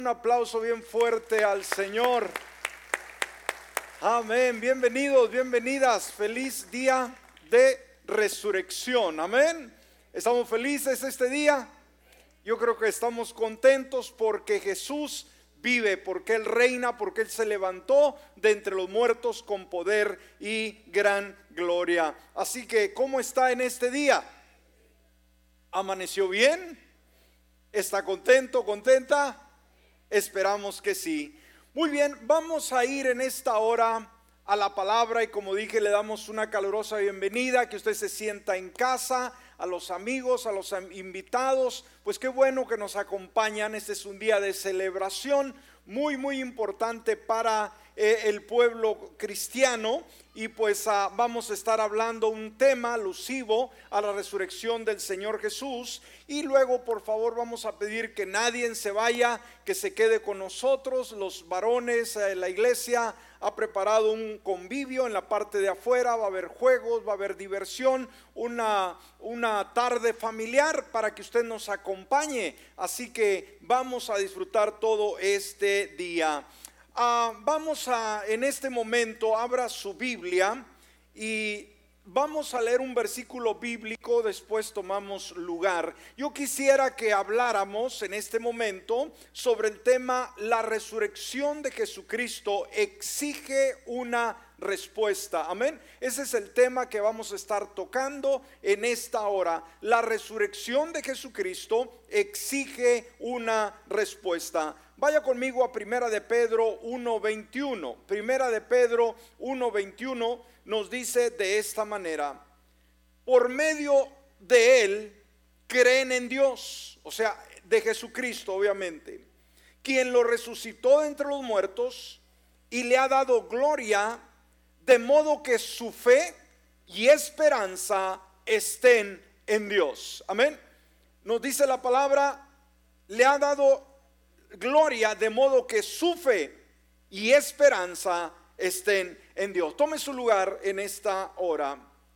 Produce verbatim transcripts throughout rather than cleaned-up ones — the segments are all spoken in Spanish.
Un aplauso bien fuerte al Señor. Amén. Bienvenidos, bienvenidas. Feliz día de resurrección. Amén. ¿Estamos felices este día? Yo creo que estamos contentos porque Jesús vive, porque Él reina, porque Él se levantó de entre los muertos con poder y gran gloria. Así que, ¿cómo está en este día? ¿Amaneció bien? ¿Está contento, contenta? Esperamos que sí. Muy bien, vamos a ir en esta hora a la palabra y como dije le damos una calurosa bienvenida, que usted se sienta en casa, a los amigos, a los invitados, pues qué bueno que nos acompañan. Este es un día de celebración muy muy importante para eh, el pueblo cristiano y pues uh, vamos a estar hablando un tema alusivo a la resurrección del Señor Jesús. Y luego por favor vamos a pedir que nadie se vaya, que se quede con nosotros. Los varones, eh, la iglesia ha preparado un convivio en la parte de afuera, va a haber juegos, va a haber diversión, una, una tarde familiar para que usted nos acompañe. Así que vamos a disfrutar todo este día. Uh, vamos a, en este momento, abra su Biblia y vamos a leer un versículo bíblico, después tomamos lugar. Yo quisiera que habláramos en este momento sobre el tema: la resurrección de Jesucristo exige una respuesta. Amén. Ese es el tema que vamos a estar tocando en esta hora. La resurrección de Jesucristo exige una respuesta. Vaya conmigo a Primera de Pedro uno veintiuno. Primera de Pedro uno veintiuno nos dice de esta manera: por medio de Él creen en Dios, o sea, de Jesucristo obviamente, quien lo resucitó de entre los muertos y le ha dado gloria, de modo que su fe y esperanza estén en Dios. Amén. Nos dice la palabra, le ha dado gloria, de modo que su fe y esperanza estén en Dios. Tome su lugar en esta hora.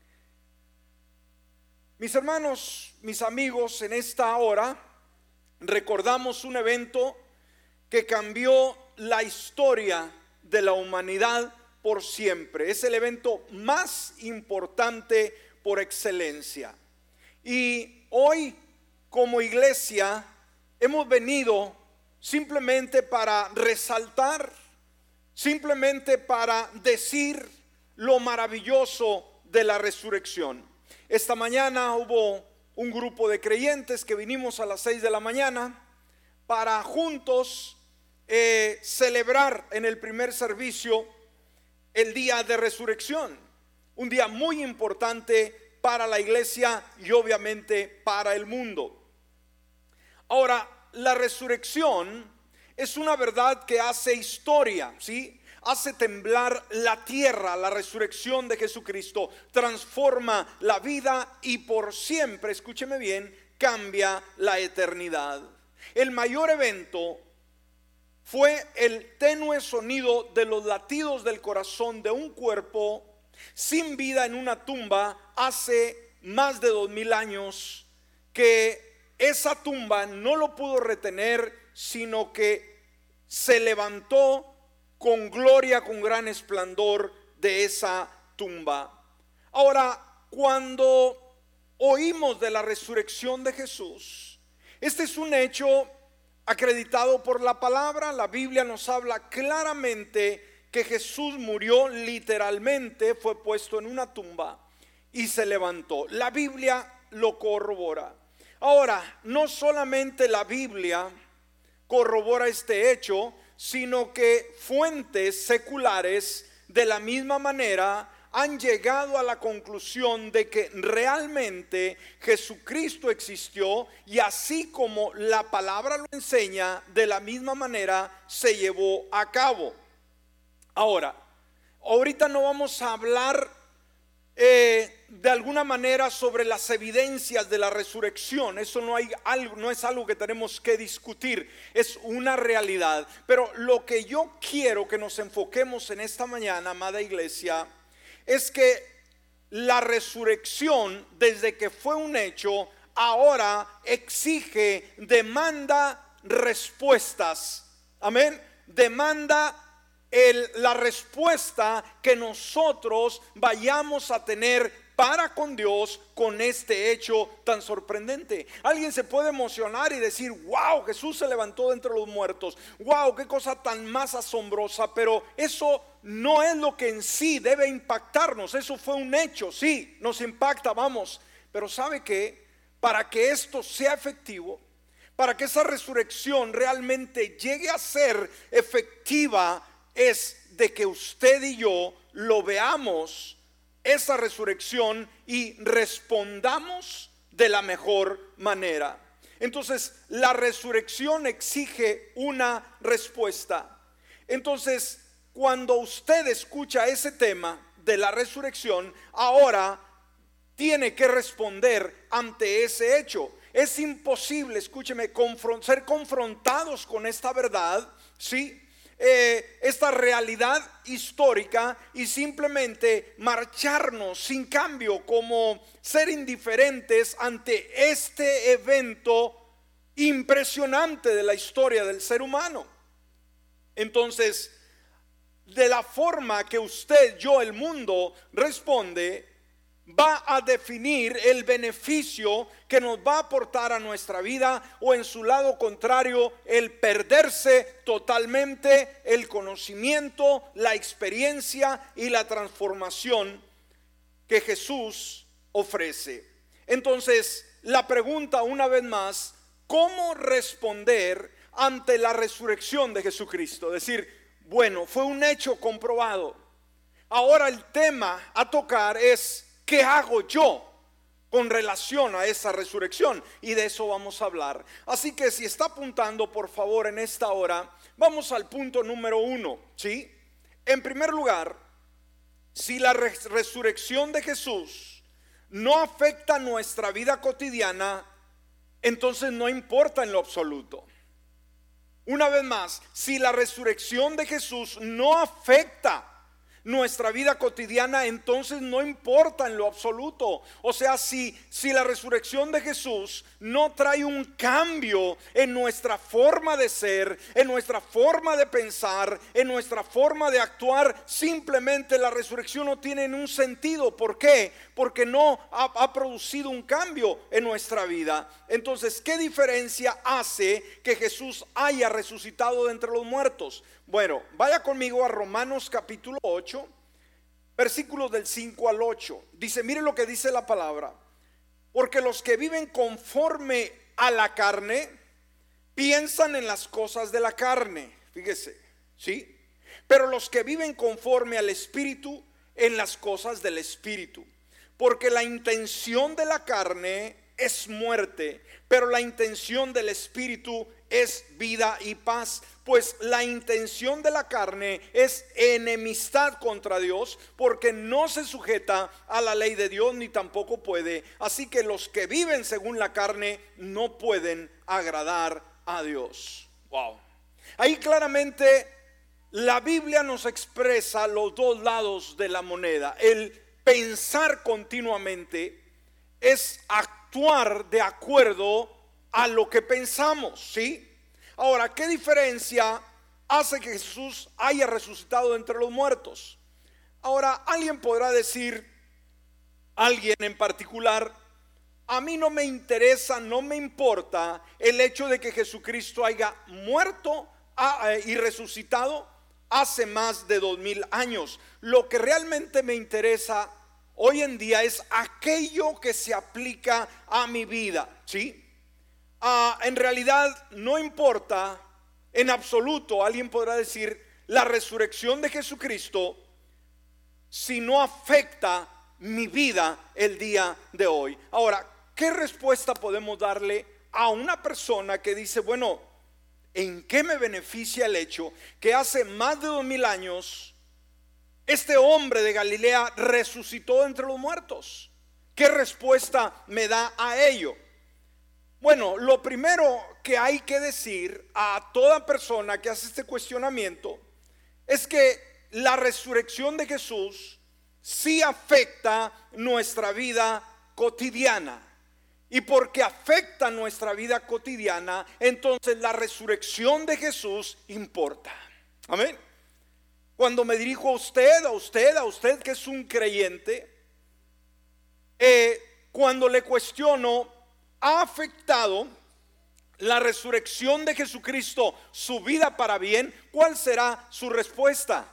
Mis hermanos, mis amigos, en esta hora recordamos un evento que cambió la historia de la humanidad por siempre. Es el evento más importante por excelencia. Y hoy, como iglesia, hemos venido simplemente para resaltar, simplemente para decir lo maravilloso de la resurrección. Esta mañana hubo un grupo de creyentes que vinimos a las seis de la mañana para juntos eh, celebrar en el primer servicio el día de resurrección, un día muy importante para la iglesia y obviamente para el mundo. Ahora, la resurrección es una verdad que hace historia, ¿sí? Hace temblar la tierra. La resurrección de Jesucristo transforma la vida y por siempre, escúcheme bien, cambia la eternidad. El mayor evento fue el tenue sonido de los latidos del corazón de un cuerpo sin vida en una tumba hace más de dos mil años, que esa tumba no lo pudo retener, sino que se levantó con gloria, con gran esplendor de esa tumba. Ahora, cuando oímos de la resurrección de Jesús, este es un hecho acreditado por la palabra. La Biblia nos habla claramente que Jesús murió literalmente, fue puesto en una tumba y se levantó. La Biblia lo corrobora. Ahora, no solamente la Biblia corrobora este hecho, sino que fuentes seculares de la misma manera han llegado a la conclusión de que realmente Jesucristo existió, y así como la palabra lo enseña, de la misma manera se llevó a cabo. Ahora, ahorita no vamos a hablar eh, de alguna manera sobre las evidencias de la resurrección. Eso no hay algo, no es algo que tenemos que discutir, es una realidad. Pero lo que yo quiero que nos enfoquemos en esta mañana, amada iglesia, es que la resurrección, desde que fue un hecho, ahora exige, demanda respuestas amén, demanda el, la respuesta que nosotros vayamos a tener para con Dios con este hecho tan sorprendente. Alguien se puede emocionar y decir: wow, Jesús se levantó de entre los muertos, wow, qué cosa tan más asombrosa. Pero eso no es lo que en sí debe impactarnos. Eso fue un hecho, sí, nos impacta, vamos. Pero ¿sabe qué? Para que esto sea efectivo, para que esa resurrección realmente llegue a ser efectiva, es de que usted y yo lo veamos, esa resurrección, y respondamos de la mejor manera. Entonces, la resurrección exige una respuesta. Entonces, cuando usted escucha ese tema de la resurrección, ahora tiene que responder ante ese hecho. Es imposible, escúcheme, confront- ser confrontados con esta verdad, ¿sí? Eh, esta realidad histórica, y simplemente marcharnos sin cambio, como ser indiferentes ante este evento impresionante de la historia del ser humano. Entonces, de la forma que usted, yo, el mundo responde, va a definir el beneficio que nos va a aportar a nuestra vida, o en su lado contrario, el perderse totalmente el conocimiento, la experiencia y la transformación que Jesús ofrece. Entonces, la pregunta una vez más: ¿cómo responder ante la resurrección de Jesucristo? Es decir, bueno, fue un hecho comprobado. Ahora el tema a tocar es: ¿qué hago yo con relación a esa resurrección? Y de eso vamos a hablar. Así que si está apuntando, por favor, en esta hora, vamos al punto número uno, ¿sí? En primer lugar, si la res- resurrección de Jesús no afecta nuestra vida cotidiana, entonces no importa en lo absoluto. Una vez más, si la resurrección de Jesús no afecta nuestra vida cotidiana, entonces no importa en lo absoluto. O sea, si, si la resurrección de Jesús no trae un cambio en nuestra forma de ser, en nuestra forma de pensar, en nuestra forma de actuar, simplemente la resurrección no tiene un sentido. ¿Por qué? Porque no ha, ha producido un cambio en nuestra vida. Entonces, ¿qué diferencia hace que Jesús haya resucitado de entre los muertos? Bueno, vaya conmigo a Romanos capítulo ocho, versículos del cinco al ocho. Dice, mire lo que dice la palabra: porque los que viven conforme a la carne piensan en las cosas de la carne. Fíjese, ¿sí? Pero los que viven conforme al Espíritu, en las cosas del Espíritu. Porque la intención de la carne es muerte, pero la intención del Espíritu es vida y paz. Pues la intención de la carne es enemistad contra Dios, porque no se sujeta a la ley de Dios, ni tampoco puede. Así que los que viven según la carne no pueden agradar a Dios. Wow. Ahí claramente la Biblia nos expresa los dos lados de la moneda. El pensar continuamente es actuar de acuerdo a lo que pensamos, ¿sí? Ahora, ¿qué diferencia hace que Jesús haya resucitado entre los muertos? Ahora, alguien podrá decir, alguien en particular: a mí no me interesa, no me importa el hecho de que Jesucristo haya muerto y resucitado hace más de dos mil años. Lo que realmente me interesa hoy en día es aquello que se aplica a mi vida, ¿sí? Uh, en realidad no importa en absoluto, alguien podrá decir, la resurrección de Jesucristo, si no afecta mi vida el día de hoy. Ahora, ¿qué respuesta podemos darle a una persona que dice, bueno, ¿en qué me beneficia el hecho que hace más de dos mil años este hombre de Galilea resucitó entre los muertos? ¿Qué respuesta me da a ello? Bueno, lo primero que hay que decir a toda persona que hace este cuestionamiento es que la resurrección de Jesús sí afecta nuestra vida cotidiana. y porque afecta nuestra vida cotidiana, entonces la resurrección de Jesús importa. Amén. Cuando me dirijo a usted, a usted, a usted que es un creyente, eh, cuando le cuestiono, ¿ha afectado la resurrección de Jesucristo su vida para bien? ¿Cuál será su respuesta?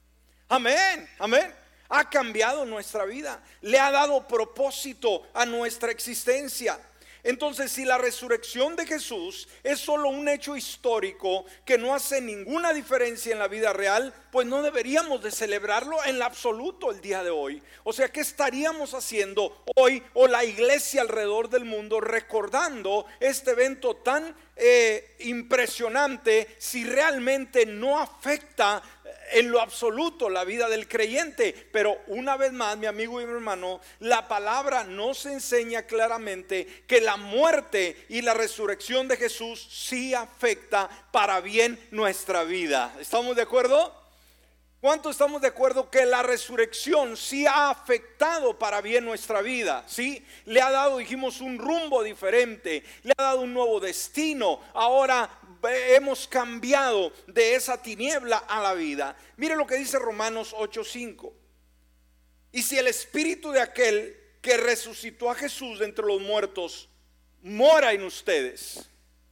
Amén, amén. Ha cambiado nuestra vida, le ha dado propósito a nuestra existencia. Entonces, si la resurrección de Jesús es solo un hecho histórico que no hace ninguna diferencia en la vida real, pues no deberíamos de celebrarlo en lo absoluto el día de hoy. O sea, ¿qué estaríamos haciendo hoy o la iglesia alrededor del mundo recordando este evento tan eh, impresionante si realmente no afecta en lo absoluto la vida del creyente? Pero una vez más, mi amigo y mi hermano, la palabra nos enseña claramente que la muerte y la resurrección de Jesús sí afecta para bien nuestra vida. ¿Estamos de acuerdo? ¿Cuánto estamos de acuerdo que la resurrección sí ha afectado para bien nuestra vida? ¿Sí? Le ha dado, dijimos, un rumbo diferente, le ha dado un nuevo destino. Ahora hemos cambiado de esa tiniebla a la vida. Mire lo que dice Romanos ocho cinco. Y si el espíritu de aquel que resucitó a Jesús de entre los muertos mora en ustedes.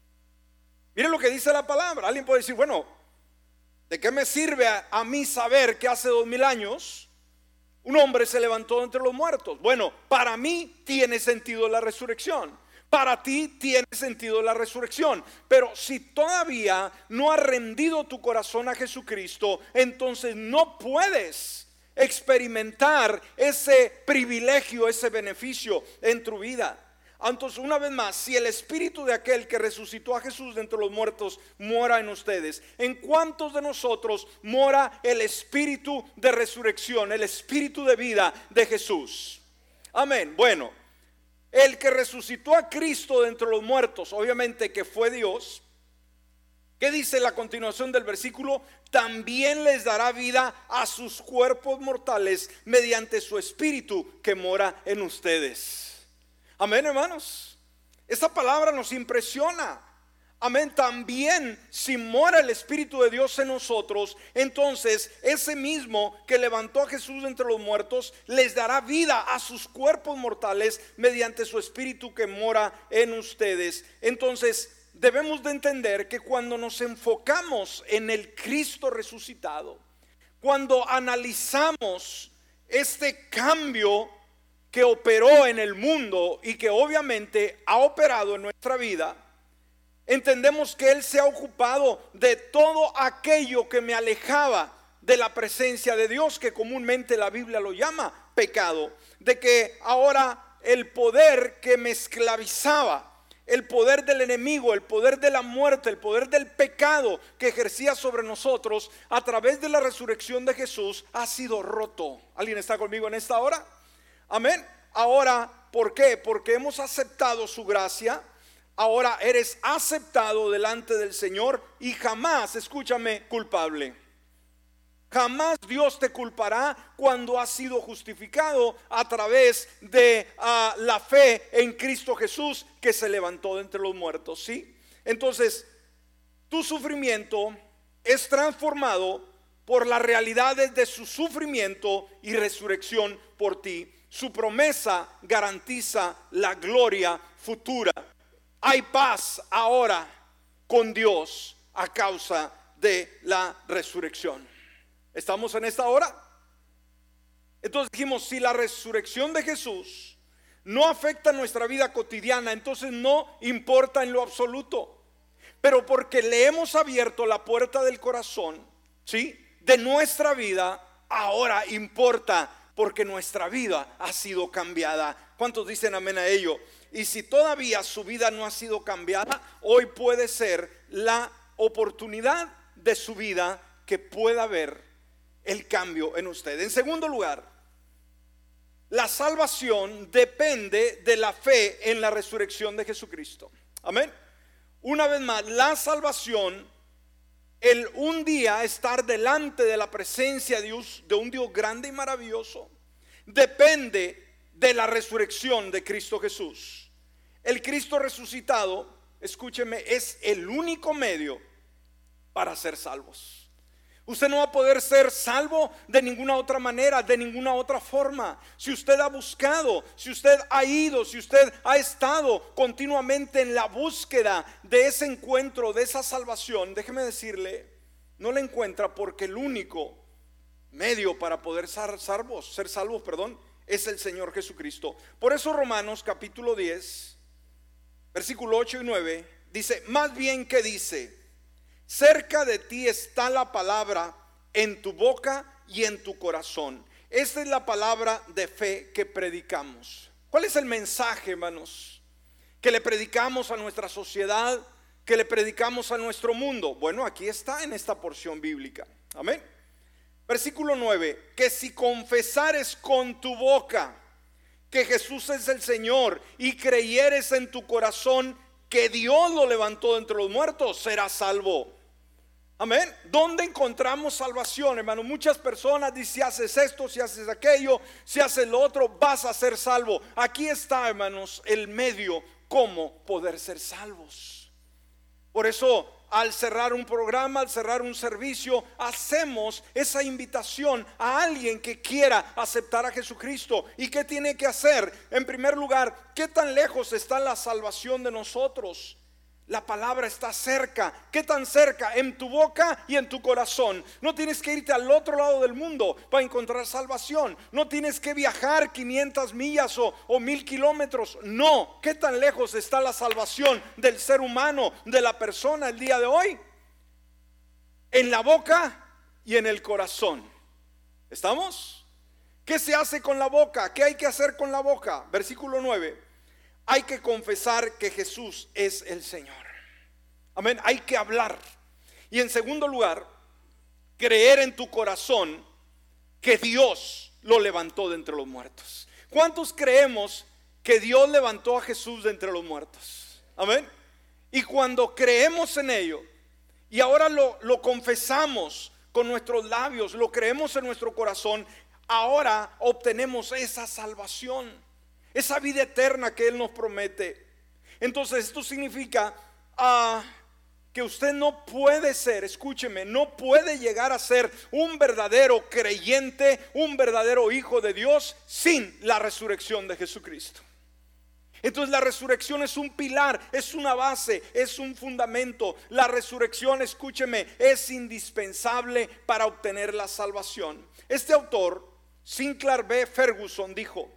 Mire lo que dice la palabra. Alguien puede decir, bueno, ¿de qué me sirve a, a mí saber que hace dos mil años un hombre se levantó de entre los muertos? Bueno, para mí tiene sentido la resurrección. Para ti tiene sentido la resurrección. Pero si todavía no has rendido tu corazón a Jesucristo, entonces no puedes experimentar ese privilegio, ese beneficio en tu vida. Entonces, una vez más, si el espíritu de aquel que resucitó a Jesús de entre los muertos mora en ustedes, ¿en cuántos de nosotros mora el espíritu de resurrección, el espíritu de vida de Jesús? Amén. Bueno, el que resucitó a Cristo de entre los muertos, obviamente que fue Dios, ¿qué dice la continuación del versículo? También les dará vida a sus cuerpos mortales mediante su espíritu que mora en ustedes. Amén, hermanos. Esta palabra nos impresiona. Amén. También si mora el Espíritu de Dios en nosotros, entonces ese mismo que levantó a Jesús de entre los muertos les dará vida a sus cuerpos mortales mediante su Espíritu que mora en ustedes. Entonces debemos de entender que cuando nos enfocamos en el Cristo resucitado, cuando analizamos este cambio que operó en el mundo y que obviamente ha operado en nuestra vida, entendemos que Él se ha ocupado de todo aquello que me alejaba de la presencia de Dios, que comúnmente la Biblia lo llama pecado. De que ahora el poder que me esclavizaba, el poder del enemigo, el poder de la muerte, el poder del pecado que ejercía sobre nosotros, a través de la resurrección de Jesús ha sido roto. ¿Alguien está conmigo en esta hora? Amén. Ahora, ¿por qué? Porque hemos aceptado su gracia. Ahora eres aceptado delante del Señor y jamás, escúchame, culpable. Jamás Dios te culpará cuando has sido justificado a través de uh, la fe en Cristo Jesús, que se levantó de entre los muertos. ¿Sí? Entonces, tu sufrimiento es transformado por las realidades de su sufrimiento y resurrección por ti. Su promesa garantiza la gloria futura. Hay paz ahora con Dios a causa de la resurrección. ¿Estamos en esta hora? Entonces dijimos, si la resurrección de Jesús no afecta nuestra vida cotidiana, entonces no importa en lo absoluto. Pero porque le hemos abierto la puerta del corazón, ¿sí?, de nuestra vida, ahora importa, porque nuestra vida ha sido cambiada. ¿Cuántos dicen amén a ello? Y si todavía su vida no ha sido cambiada, hoy puede ser la oportunidad de su vida que pueda haber el cambio en usted. En segundo lugar, la salvación depende de la fe en la resurrección de Jesucristo. Amén. Una vez más, la salvación, el un día estar delante de la presencia de Dios, de un Dios grande y maravilloso, depende de la resurrección de Cristo Jesús. el Cristo resucitado, escúcheme, es el único medio para ser salvos. Usted no va a poder ser salvo de ninguna otra manera, de ninguna otra forma. Si usted ha buscado, si usted ha ido, si usted ha estado continuamente en la búsqueda de ese encuentro, de esa salvación, déjeme decirle, no la encuentra, porque el único medio para poder ser salvos, ser salvos, perdón, es el Señor Jesucristo. Por eso Romanos capítulo diez, versículo ocho y nueve dice: más bien que dice, cerca de ti está la palabra, en tu boca y en tu corazón. Esta es la palabra de fe que predicamos. ¿Cuál es el mensaje, hermanos, que le predicamos a nuestra sociedad, que le predicamos a nuestro mundo? Bueno, aquí está en esta porción bíblica. Amén. Versículo nueve: que si confesares con tu boca que Jesús es el Señor y creyeres en tu corazón que Dios lo levantó de entre los muertos, serás salvo. Amén. ¿Dónde encontramos salvación, hermano? Muchas personas dicen: si haces esto, si haces aquello, si haces lo otro, vas a ser salvo. Aquí está, hermanos, el medio cómo poder ser salvos. Por eso, al cerrar un programa, al cerrar un servicio, hacemos esa invitación a alguien que quiera aceptar a Jesucristo. ¿Y qué tiene que hacer? En primer lugar, ¿qué tan lejos está la salvación de nosotros? La palabra está cerca. ¿Qué tan cerca? En tu boca y en tu corazón. No tienes que irte al otro lado del mundo para encontrar salvación. No tienes que viajar quinientas millas o, o mil kilómetros. No. ¿Qué tan lejos está la salvación del ser humano, de la persona el día de hoy? En la boca y en el corazón. ¿Estamos? ¿Qué se hace con la boca? ¿Qué hay que hacer con la boca? Versículo nueve: hay que confesar que Jesús es el Señor. Amén, hay que hablar. Y en segundo lugar, creer en tu corazón que Dios lo levantó de entre los muertos. ¿Cuántos creemos que Dios levantó a Jesús de entre los muertos? Amén. Y cuando creemos en ello y ahora lo, lo confesamos con nuestros labios, lo creemos en nuestro corazón, ahora obtenemos esa salvación, esa vida eterna que Él nos promete. Entonces esto significa uh, que usted no puede ser, escúcheme, no puede llegar a ser un verdadero creyente, un verdadero hijo de Dios sin la resurrección de Jesucristo. Entonces la resurrección es un pilar, es una base, es un fundamento. La resurrección, escúcheme, es indispensable para obtener la salvación. Este autor, Sinclair B. Ferguson, dijo: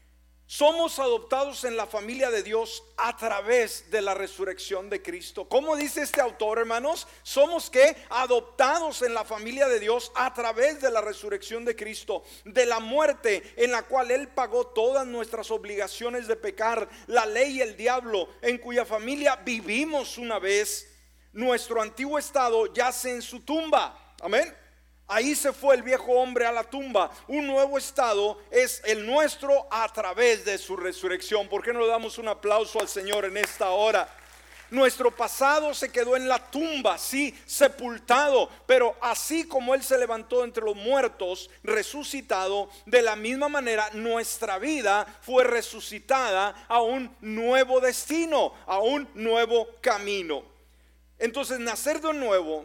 somos adoptados en la familia de Dios a través de la resurrección de Cristo. ¿Cómo dice este autor, hermanos? Somos que adoptados en la familia de Dios a través de la resurrección de Cristo, de la muerte en la cual Él pagó todas nuestras obligaciones de pecar, la ley y el diablo, en cuya familia vivimos una vez. Nuestro antiguo estado yace en su tumba. Amén. Ahí se fue el viejo hombre a la tumba. Un nuevo estado es el nuestro a través de su resurrección. ¿Por qué no le damos un aplauso al Señor en esta hora? Nuestro pasado se quedó en la tumba, sí, sepultado, pero así como Él se levantó entre los muertos, resucitado, de la misma manera nuestra vida fue resucitada a un nuevo destino, a un nuevo camino. Entonces, nacer de nuevo,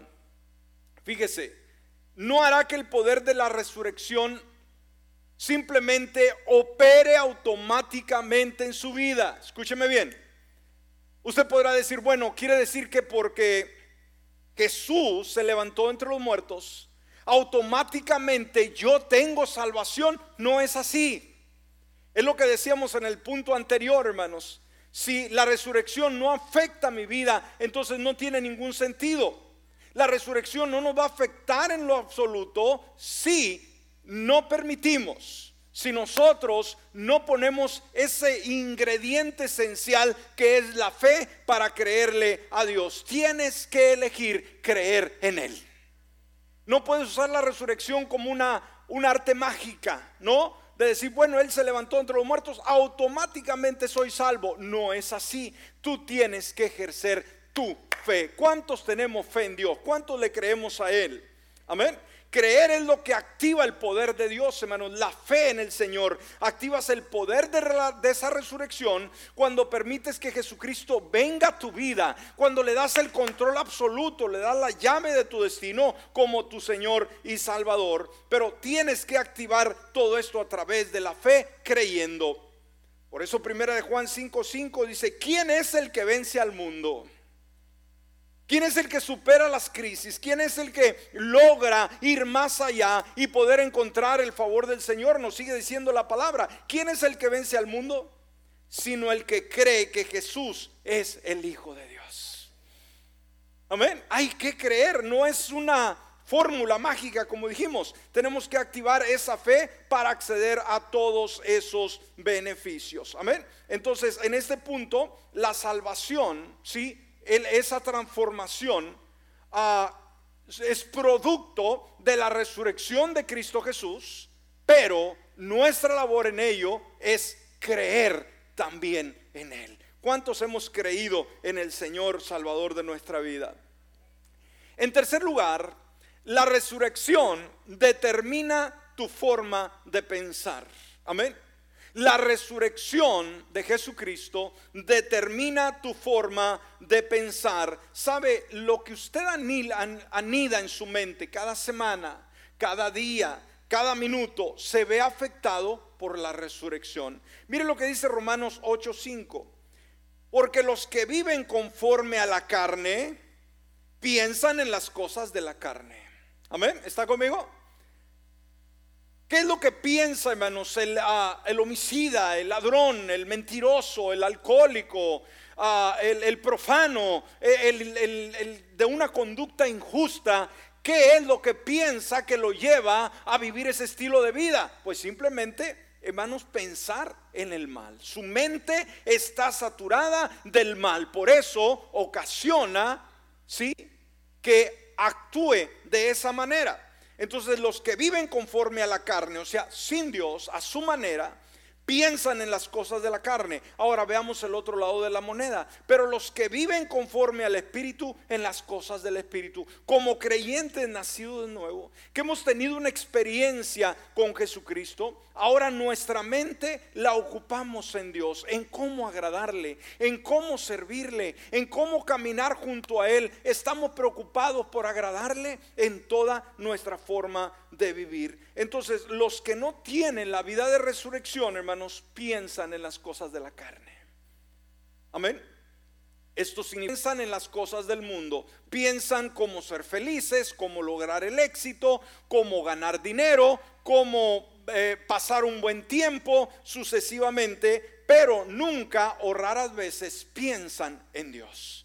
fíjese, no hará que el poder de la resurrección simplemente opere automáticamente en su vida. Escúcheme bien. Usted podrá decir: bueno, quiere decir que porque Jesús se levantó entre los muertos, automáticamente yo tengo salvación. No es así. Es lo que decíamos en el punto anterior, hermanos. Si la resurrección no afecta mi vida, entonces no tiene ningún sentido. La resurrección no nos va a afectar en lo absoluto si no permitimos, si nosotros no ponemos ese ingrediente esencial que es la fe para creerle a Dios. Tienes que elegir creer en Él. No puedes usar la resurrección como una, una arte mágica, ¿no? De decir: bueno, Él se levantó entre los muertos, automáticamente soy salvo. No es así. Tú tienes que ejercer tu fe. ¿Cuántos tenemos fe en Dios? ¿Cuántos le creemos a Él? Amén. Creer es lo que activa el poder de Dios, hermanos. La fe en el Señor. Activas el poder de, de esa resurrección cuando permites que Jesucristo venga a tu vida, cuando le das el control absoluto, le das la llave de tu destino como tu Señor y Salvador. Pero tienes que activar todo esto a través de la fe, creyendo. Por eso primera de Juan cinco cinco dice: ¿quién es el que vence al mundo? ¿Quién es el que supera las crisis? ¿Quién es el que logra ir más allá y poder encontrar el favor del Señor? Nos sigue diciendo la palabra. ¿Quién es el que vence al mundo? Sino el que cree que Jesús es el Hijo de Dios. Amén. Hay que creer, no es una fórmula mágica, como dijimos. Tenemos que activar esa fe para acceder a todos esos beneficios. Amén. Entonces, en este punto, la salvación, ¿sí?, esa transformación uh, es producto de la resurrección de Cristo Jesús, pero nuestra labor en ello es creer también en Él. ¿Cuántos hemos creído en el Señor Salvador de nuestra vida? En tercer lugar, la resurrección determina tu forma de pensar. Amén. La resurrección de Jesucristo determina tu forma de pensar. ¿Sabe? Lo que usted anida en su mente cada semana, cada día, cada minuto, se ve afectado por la resurrección. Mire lo que dice Romanos ocho cinco. Porque los que viven conforme a la carne piensan en las cosas de la carne. Amén. ¿Está conmigo? ¿Qué es lo que piensa, hermanos, el, uh, el homicida, el ladrón, el mentiroso, el alcohólico, uh, el, el profano, el, el, el, el de una conducta injusta? ¿Qué es lo que piensa que lo lleva a vivir ese estilo de vida? Pues simplemente, hermanos, pensar en el mal. Su mente está saturada del mal. Por eso ocasiona, ¿sí?, que actúe de esa manera. Entonces los que viven conforme a la carne, o sea, sin Dios, a su manera, piensan en las cosas de la carne. Ahora veamos el otro lado de la moneda. Pero los que viven conforme al Espíritu, en las cosas del Espíritu, como creyentes nacidos de nuevo, que hemos tenido una experiencia con Jesucristo, ahora nuestra mente la ocupamos en Dios, en cómo agradarle, en cómo servirle, en cómo caminar junto a Él. Estamos preocupados por agradarle en toda nuestra forma de vivir. Entonces los que no tienen la vida de resurrección, hermanos, piensan en las cosas de la carne. Amén. Estos piensan en las cosas del mundo, piensan cómo ser felices, cómo lograr el éxito, cómo ganar dinero, cómo eh, pasar un buen tiempo sucesivamente, pero nunca o raras veces piensan en Dios.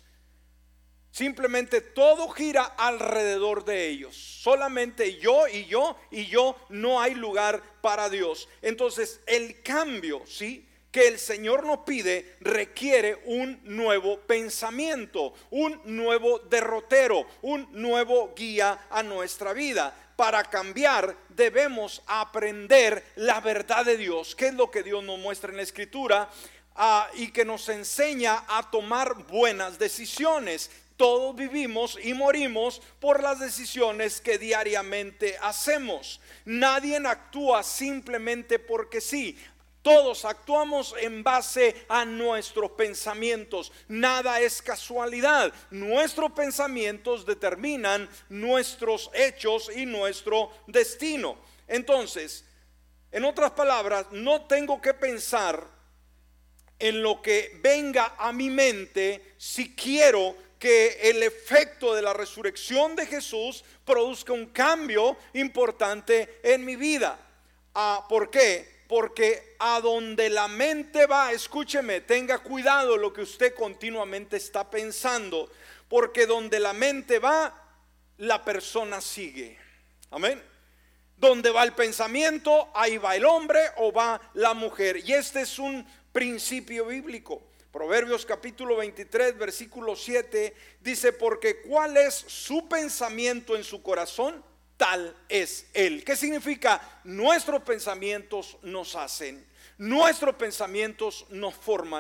Simplemente todo gira alrededor de ellos. Solamente yo y yo y yo, no hay lugar para Dios. Entonces el cambio, ¿sí?, que el Señor nos pide requiere un nuevo pensamiento, un nuevo derrotero, un nuevo guía a nuestra vida. Para cambiar debemos aprender la verdad de Dios, que es lo que Dios nos muestra en la Escritura, uh, y que nos enseña a tomar buenas decisiones. Todos vivimos y morimos por las decisiones que diariamente hacemos. Nadie actúa simplemente porque sí. Todos actuamos en base a nuestros pensamientos. Nada es casualidad. Nuestros pensamientos determinan nuestros hechos y nuestro destino. Entonces, en otras palabras, no tengo que pensar en lo que venga a mi mente si quiero que el efecto de la resurrección de Jesús produzca un cambio importante en mi vida. Ah, ¿por qué? Porque a donde la mente va, escúcheme, tenga cuidado lo que usted continuamente está pensando, porque donde la mente va, la persona sigue. Amén. Donde va el pensamiento, ahí va el hombre o va la mujer. Y este es un principio bíblico. Proverbios capítulo veintitrés versículo siete dice: porque cuál es su pensamiento en su corazón, tal es él. ¿Qué significa? Nuestros pensamientos nos hacen, nuestros pensamientos nos forman.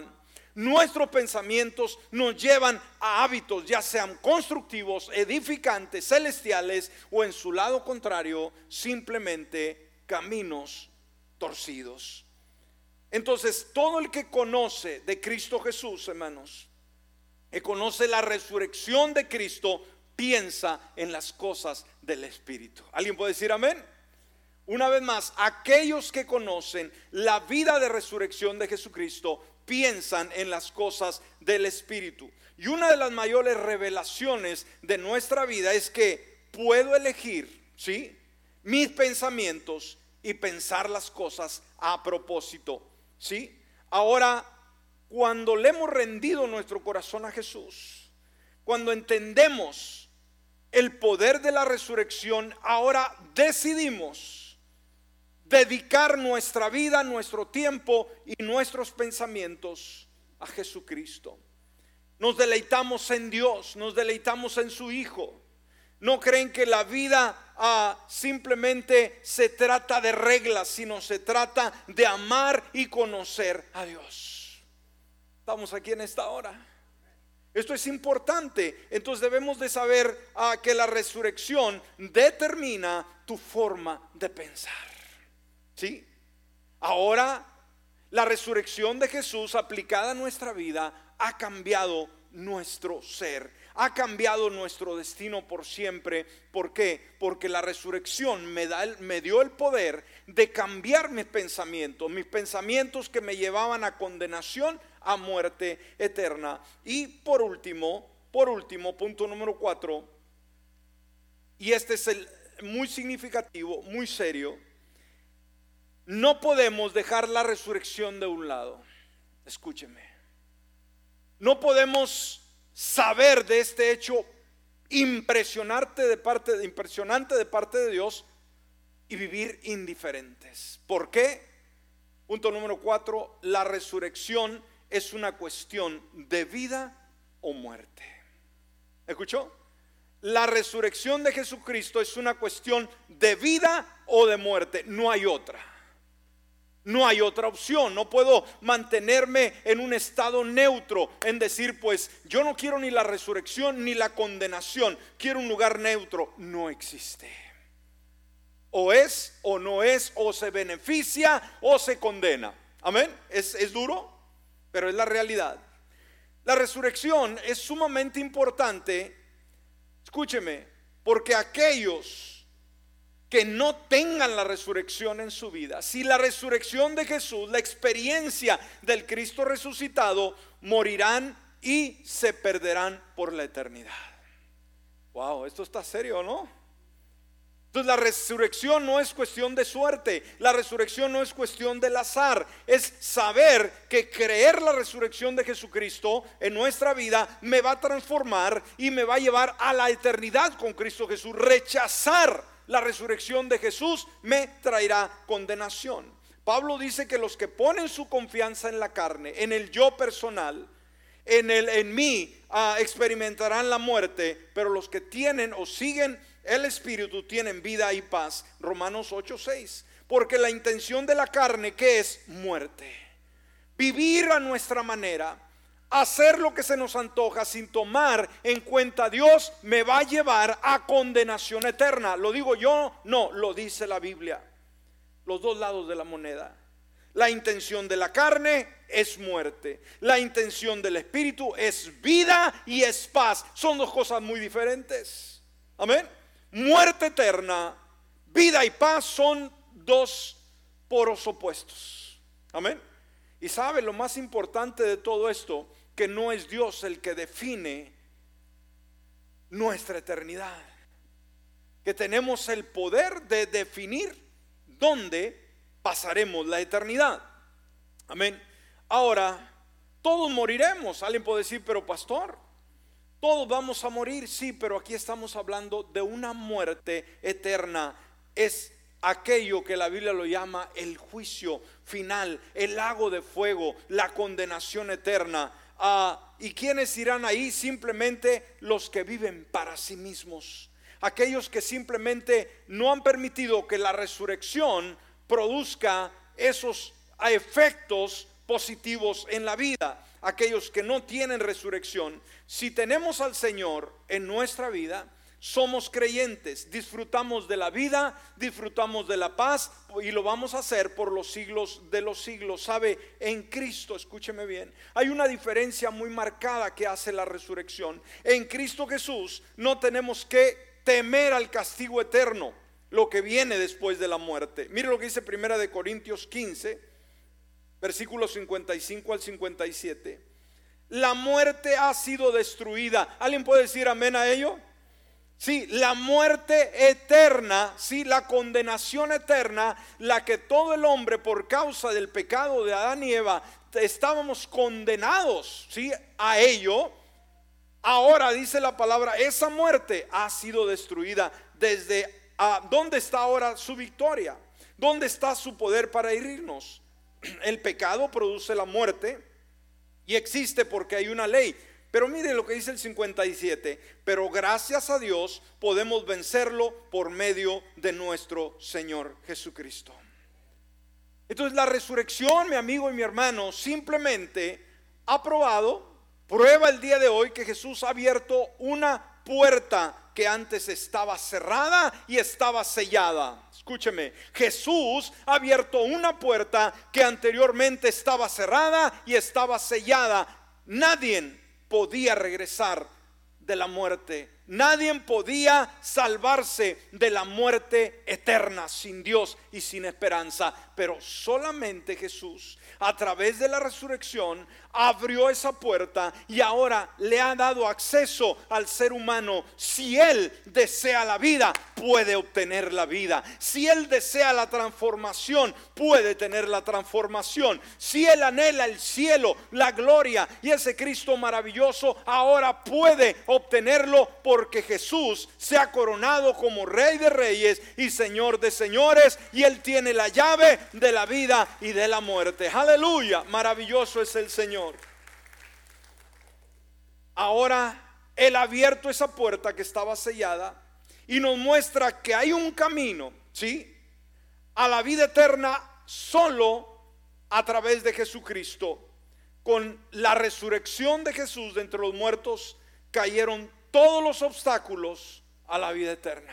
Nuestros pensamientos nos llevan a hábitos, ya sean constructivos, edificantes, celestiales, o en su lado contrario, simplemente caminos torcidos. Entonces, todo el que conoce de Cristo Jesús, hermanos, que conoce la resurrección de Cristo, piensa en las cosas del Espíritu. ¿Alguien puede decir amén? Una vez más, aquellos que conocen la vida de resurrección de Jesucristo piensan en las cosas del Espíritu. Y una de las mayores revelaciones de nuestra vida es que puedo elegir, ¿sí?, mis pensamientos y pensar las cosas a propósito, ¿sí? Ahora, cuando le hemos rendido nuestro corazón a Jesús, cuando entendemos el poder de la resurrección, ahora decidimos dedicar nuestra vida, nuestro tiempo y nuestros pensamientos a Jesucristo. Nos deleitamos en Dios, nos deleitamos en su Hijo. No creen que la vida ah, simplemente se trata de reglas, sino se trata de amar y conocer a Dios. Estamos aquí en esta hora. Esto es importante. Entonces debemos de saber ah, que la resurrección determina tu forma de pensar. ¿Sí? Ahora la resurrección de Jesús aplicada a nuestra vida ha cambiado nuestro ser, ha cambiado nuestro destino por siempre. ¿Por qué? Porque la resurrección me, da el, me dio el poder de cambiar mis pensamientos, mis pensamientos que me llevaban a condenación, a muerte eterna. Y por último, por último, punto número cuatro, y este es el muy significativo, muy serio. No podemos dejar la resurrección de un lado. Escúcheme. No podemos saber de este hecho impresionante de parte de, impresionante de parte de Dios y vivir indiferentes. ¿Por qué? Punto número cuatro. La resurrección es una cuestión de vida o muerte. ¿Escuchó? La resurrección de Jesucristo es una cuestión de vida o de muerte. No hay otra. No hay otra opción. No puedo mantenerme en un estado neutro, en decir, pues yo no quiero ni la resurrección ni la condenación, quiero un lugar neutro. No existe. O es o no es, o se beneficia o se condena. Amén. Es, es duro, pero es la realidad. La resurrección es sumamente importante. Escúcheme, porque aquellos que no tengan la resurrección en su vida, si la resurrección de Jesús, la experiencia del Cristo resucitado, morirán y se perderán por la eternidad. Wow, esto está serio, ¿no? Entonces la resurrección no es cuestión de suerte, la resurrección no es cuestión del azar, es saber que creer la resurrección de Jesucristo en nuestra vida me va a transformar y me va a llevar a la eternidad con Cristo Jesús. Rechazar la resurrección de Jesús me traerá condenación. Pablo dice que los que ponen su confianza en la carne, en el yo personal, en, el, en mí, uh, experimentarán la muerte, pero los que tienen o siguen el Espíritu tienen vida y paz. Romanos ocho seis. Porque la intención de la carne, ¿qué es? Muerte. Vivir a nuestra manera, hacer lo que se nos antoja sin tomar en cuenta a Dios, me va a llevar a condenación eterna. ¿Lo digo yo? No, lo dice la Biblia. Los dos lados de la moneda. La intención de la carne es muerte. La intención del Espíritu es vida y es paz. Son dos cosas muy diferentes. Amén. Muerte eterna, vida y paz son dos poros opuestos. Amén. Y sabe lo más importante de todo esto, que no es Dios el que define nuestra eternidad, que tenemos el poder de definir dónde pasaremos la eternidad. Amén. Ahora, todos moriremos. Alguien puede decir, pero pastor, todos vamos a morir. Sí, pero aquí estamos hablando de una muerte eterna. Es aquello que la Biblia lo llama el juicio final, el lago de fuego, la condenación eterna. Ah, ¿y quiénes irán ahí? Simplemente los que viven para sí mismos, aquellos que simplemente no han permitido que la resurrección produzca esos efectos positivos en la vida, aquellos que no tienen resurrección, si tenemos al Señor en nuestra vida, somos creyentes, disfrutamos de la vida, disfrutamos de la paz y lo vamos a hacer por los siglos de los siglos. Sabe, en Cristo, escúcheme bien, hay una diferencia muy marcada que hace la resurrección. En Cristo Jesús no tenemos que temer al castigo eterno, lo que viene después de la muerte. Mire lo que dice Primera de Corintios quince, versículos cincuenta y cinco al cincuenta y siete. La muerte ha sido destruida. ¿Alguien puede decir amén a ello? Sí, la muerte eterna, sí, la condenación eterna, la que todo el hombre por causa del pecado de Adán y Eva estábamos condenados, sí, a ello. Ahora dice la palabra, esa muerte ha sido destruida. Desde a, ¿dónde está ahora su victoria? ¿Dónde está su poder para herirnos? El pecado produce la muerte y existe porque hay una ley. Pero mire lo que dice el cincuenta y siete. Pero gracias a Dios podemos vencerlo por medio de nuestro Señor Jesucristo. Entonces la resurrección, mi amigo y mi hermano, simplemente ha probado, prueba el día de hoy que Jesús ha abierto una puerta que antes estaba cerrada y estaba sellada. Escúcheme, Jesús ha abierto una puerta que anteriormente estaba cerrada y estaba sellada. Nadie podía regresar de la muerte. Nadie podía salvarse de la muerte eterna sin Dios y sin esperanza. Pero solamente Jesús, a través de la resurrección, abrió esa puerta y ahora le ha dado acceso al ser humano. Si él desea la vida, puede obtener la vida. Si él desea la transformación, puede tener la transformación. Si él anhela el cielo, la gloria y ese Cristo maravilloso, ahora puede obtenerlo, porque Jesús se ha coronado como Rey de Reyes y Señor de Señores, y él tiene la llave de la vida y de la muerte. Aleluya, maravilloso es el Señor. Ahora él ha abierto esa puerta que estaba sellada y nos muestra que hay un camino, ¿sí?, a la vida eterna solo a través de Jesucristo. Con la resurrección de Jesús de entre los muertos cayeron todos los obstáculos a la vida eterna.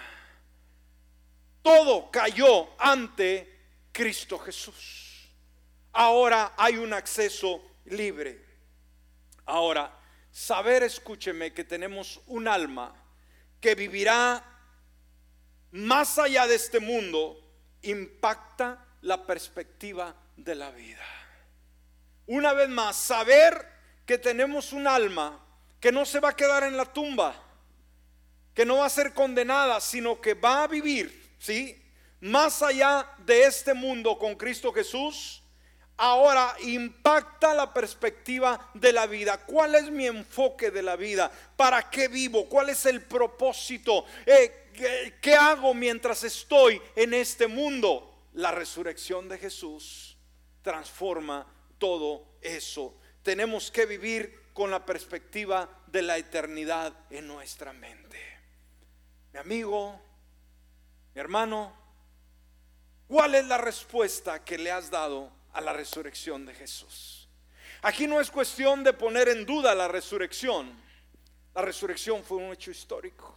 Todo cayó ante Cristo Jesús. Ahora hay un acceso libre. Ahora, saber, escúcheme, que tenemos un alma que vivirá más allá de este mundo impacta la perspectiva de la vida. Una vez más, saber que tenemos un alma que no se va a quedar en la tumba, que no va a ser condenada, sino que va a vivir, ¿sí?, más allá de este mundo con Cristo Jesús. Ahora impacta la perspectiva de la vida. ¿Cuál es mi enfoque de la vida? ¿Para qué vivo? ¿Cuál es el propósito? Eh, ¿qué, ¿Qué hago mientras estoy en este mundo? La resurrección de Jesús transforma todo eso. Tenemos que vivir con la perspectiva de la eternidad en nuestra mente. Mi amigo, mi hermano, ¿cuál es la respuesta que le has dado a la resurrección de Jesús? Aquí no es cuestión de poner en duda la resurrección. La resurrección fue un hecho histórico.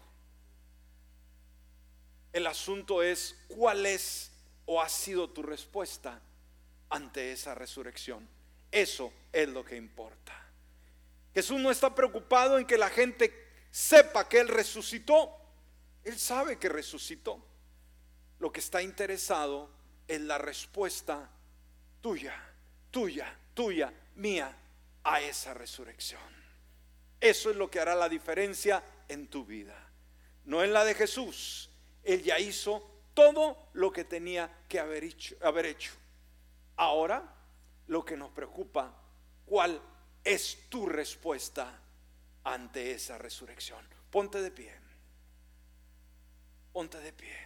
El asunto es cuál es o ha sido tu respuesta ante esa resurrección. Eso es lo que importa. Jesús no está preocupado en que la gente sepa que Él resucitó. Él sabe que resucitó. Lo que está interesado es la respuesta tuya, tuya, tuya, mía a esa resurrección. Eso es lo que hará la diferencia en tu vida. No en la de Jesús. Él ya hizo todo lo que tenía que haber hecho, haber hecho. Ahora lo que nos preocupa, ¿cuál es tu respuesta ante esa resurrección? Ponte de pie. Ponte de pie.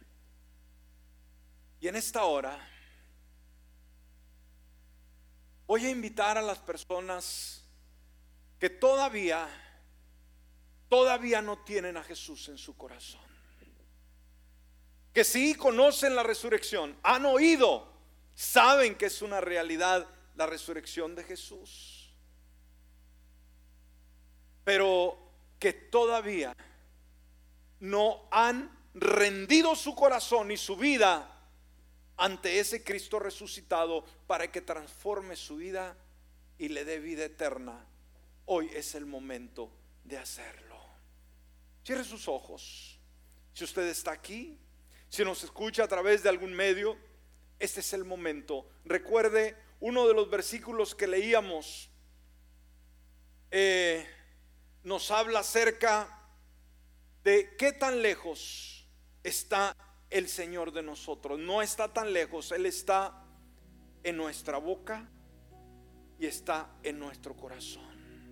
Y en esta hora voy a invitar a las personas que todavía Todavía no tienen a Jesús en su corazón, que sí conocen la resurrección, han oído, saben que es una realidad la resurrección de Jesús, pero que todavía no han rendido su corazón y su vida ante ese Cristo resucitado para que transforme su vida y le dé vida eterna. Hoy es el momento de hacerlo. Cierre sus ojos. Si usted está aquí, si nos escucha a través de algún medio, este es el momento. Recuerde uno de los versículos que leíamos, eh, nos habla acerca de qué tan lejos está el Señor de nosotros. No está tan lejos, Él está en nuestra boca y está en nuestro corazón.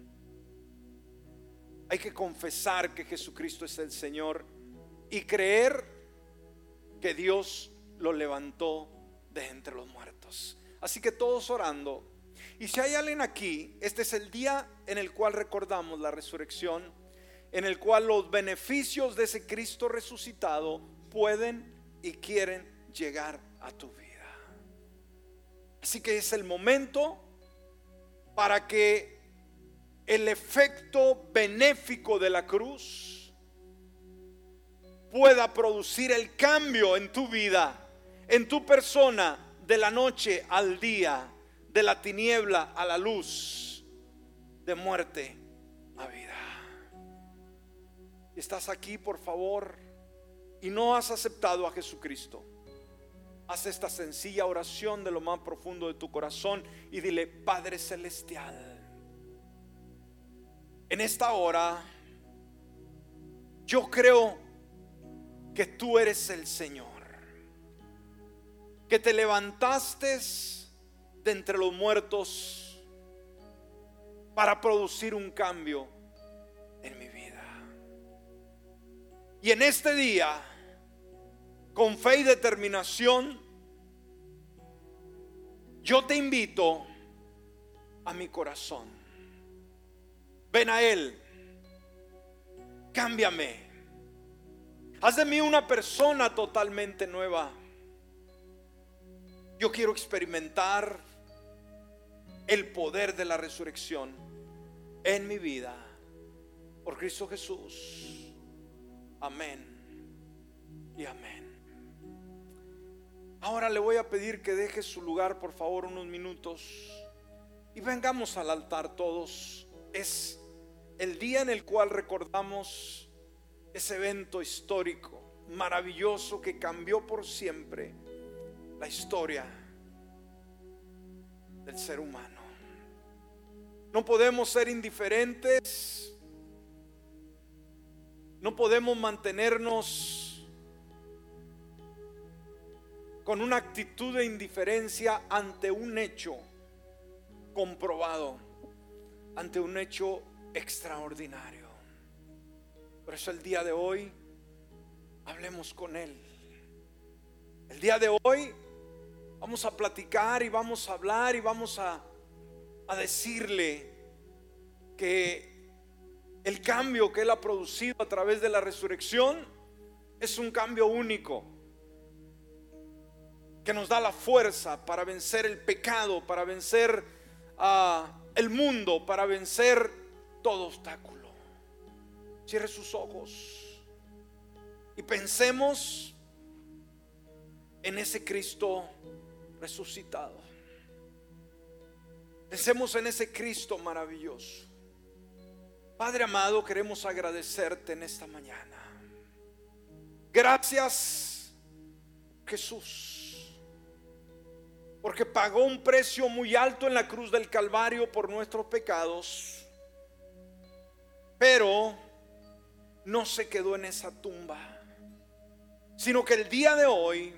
Hay que confesar que Jesucristo es el Señor y creer que Dios lo levantó de entre los muertos. Así que todos orando. Y si hay alguien aquí, este es el día en el cual recordamos la resurrección, en el cual los beneficios de ese Cristo resucitado pueden y quieren llegar a tu vida. Así que es el momento para que el efecto benéfico de la cruz pueda producir el cambio en tu vida, en tu persona, de la noche al día, de la tiniebla a la luz, de muerte a vida. Estás aquí, por favor, y no has aceptado a Jesucristo. Haz esta sencilla oración de lo más profundo de tu corazón y dile: Padre Celestial, en esta hora yo creo que tú eres el Señor, que te levantaste de entre los muertos para producir un cambio en mi vida. Y en este día, con fe y determinación, yo te invito a mi corazón. Ven a Él, cámbiame, haz de mí una persona totalmente nueva. Yo quiero experimentar el poder de la resurrección en mi vida, por Cristo Jesús. Amén y amén. Ahora le voy a pedir que deje su lugar, por favor, unos minutos, y vengamos al altar todos. Es el día en el cual recordamos ese evento histórico, maravilloso, que cambió por siempre la historia del ser humano. No podemos ser indiferentes, no podemos mantenernos con una actitud de indiferencia ante un hecho comprobado, ante un hecho extraordinario. Por eso el día de hoy hablemos con Él. El día de hoy vamos a platicar y vamos a hablar y vamos a, a decirle que el cambio que Él ha producido a través de la resurrección es un cambio único, que nos da la fuerza para vencer el pecado, para vencer uh, el mundo, para vencer todo obstáculo. Cierre sus ojos y pensemos en ese Cristo resucitado. Pensemos en ese Cristo maravilloso. Padre amado, queremos agradecerte en esta mañana. Gracias, Jesús, porque pagó un precio muy alto en la cruz del Calvario por nuestros pecados, pero no se quedó en esa tumba, sino que el día de hoy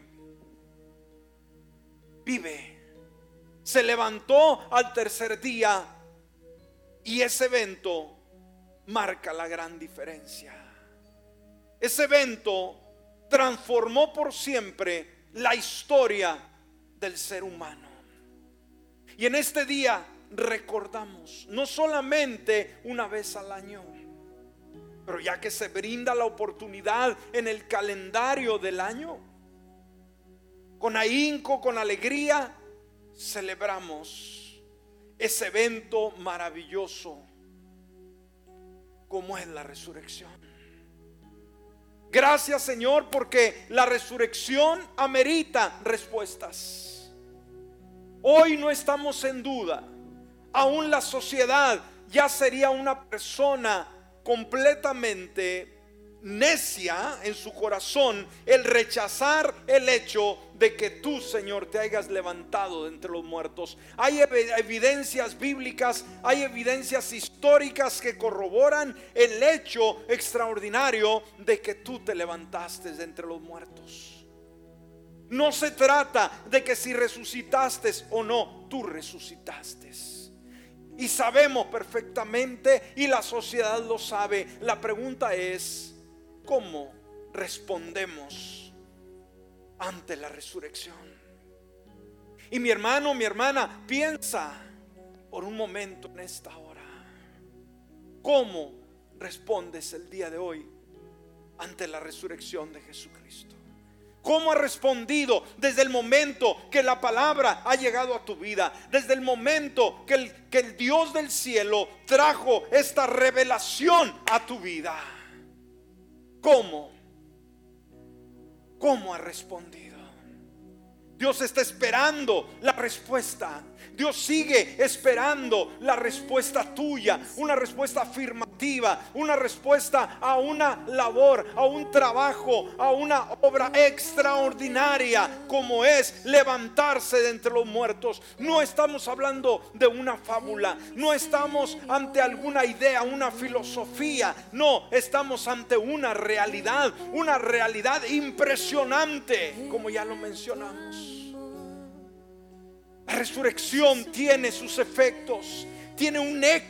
vive, se levantó al tercer día, y ese evento marca la gran diferencia. Ese evento transformó por siempre la historia del ser humano. Y en este día recordamos, no solamente una vez al año, pero ya que se brinda la oportunidad en el calendario del año, con ahínco, con alegría, celebramos ese evento maravilloso como es la resurrección. Gracias, Señor, porque la resurrección amerita respuestas. Hoy no estamos en duda. Aún la sociedad ya sería una persona completamente necia en su corazón el rechazar el hecho de que tú, Señor, te hayas levantado de entre los muertos. Hay evidencias bíblicas, hay evidencias históricas que corroboran el hecho extraordinario de que tú te levantaste de entre los muertos. No se trata de que si resucitaste o no, tú resucitaste. Y sabemos perfectamente, y la sociedad lo sabe. La pregunta es: ¿cómo respondemos ante la resurrección? Y mi hermano, mi hermana, piensa por un momento en esta hora. ¿Cómo respondes el día de hoy ante la resurrección de Jesucristo? ¿Cómo has respondido desde el momento que la palabra ha llegado a tu vida? Desde el momento que el, que el Dios del cielo trajo esta revelación a tu vida. ¿Cómo? ¿Cómo has respondido? Dios está esperando la respuesta. Dios sigue esperando la respuesta tuya. Una respuesta afirmativa. Una respuesta a una labor, a un trabajo, a una obra extraordinaria como es levantarse de entre los muertos. No estamos hablando de una fábula. No estamos ante alguna idea, una filosofía. No, estamos ante una realidad. Una realidad impresionante, como ya lo mencionamos. La resurrección tiene sus efectos, tiene un eco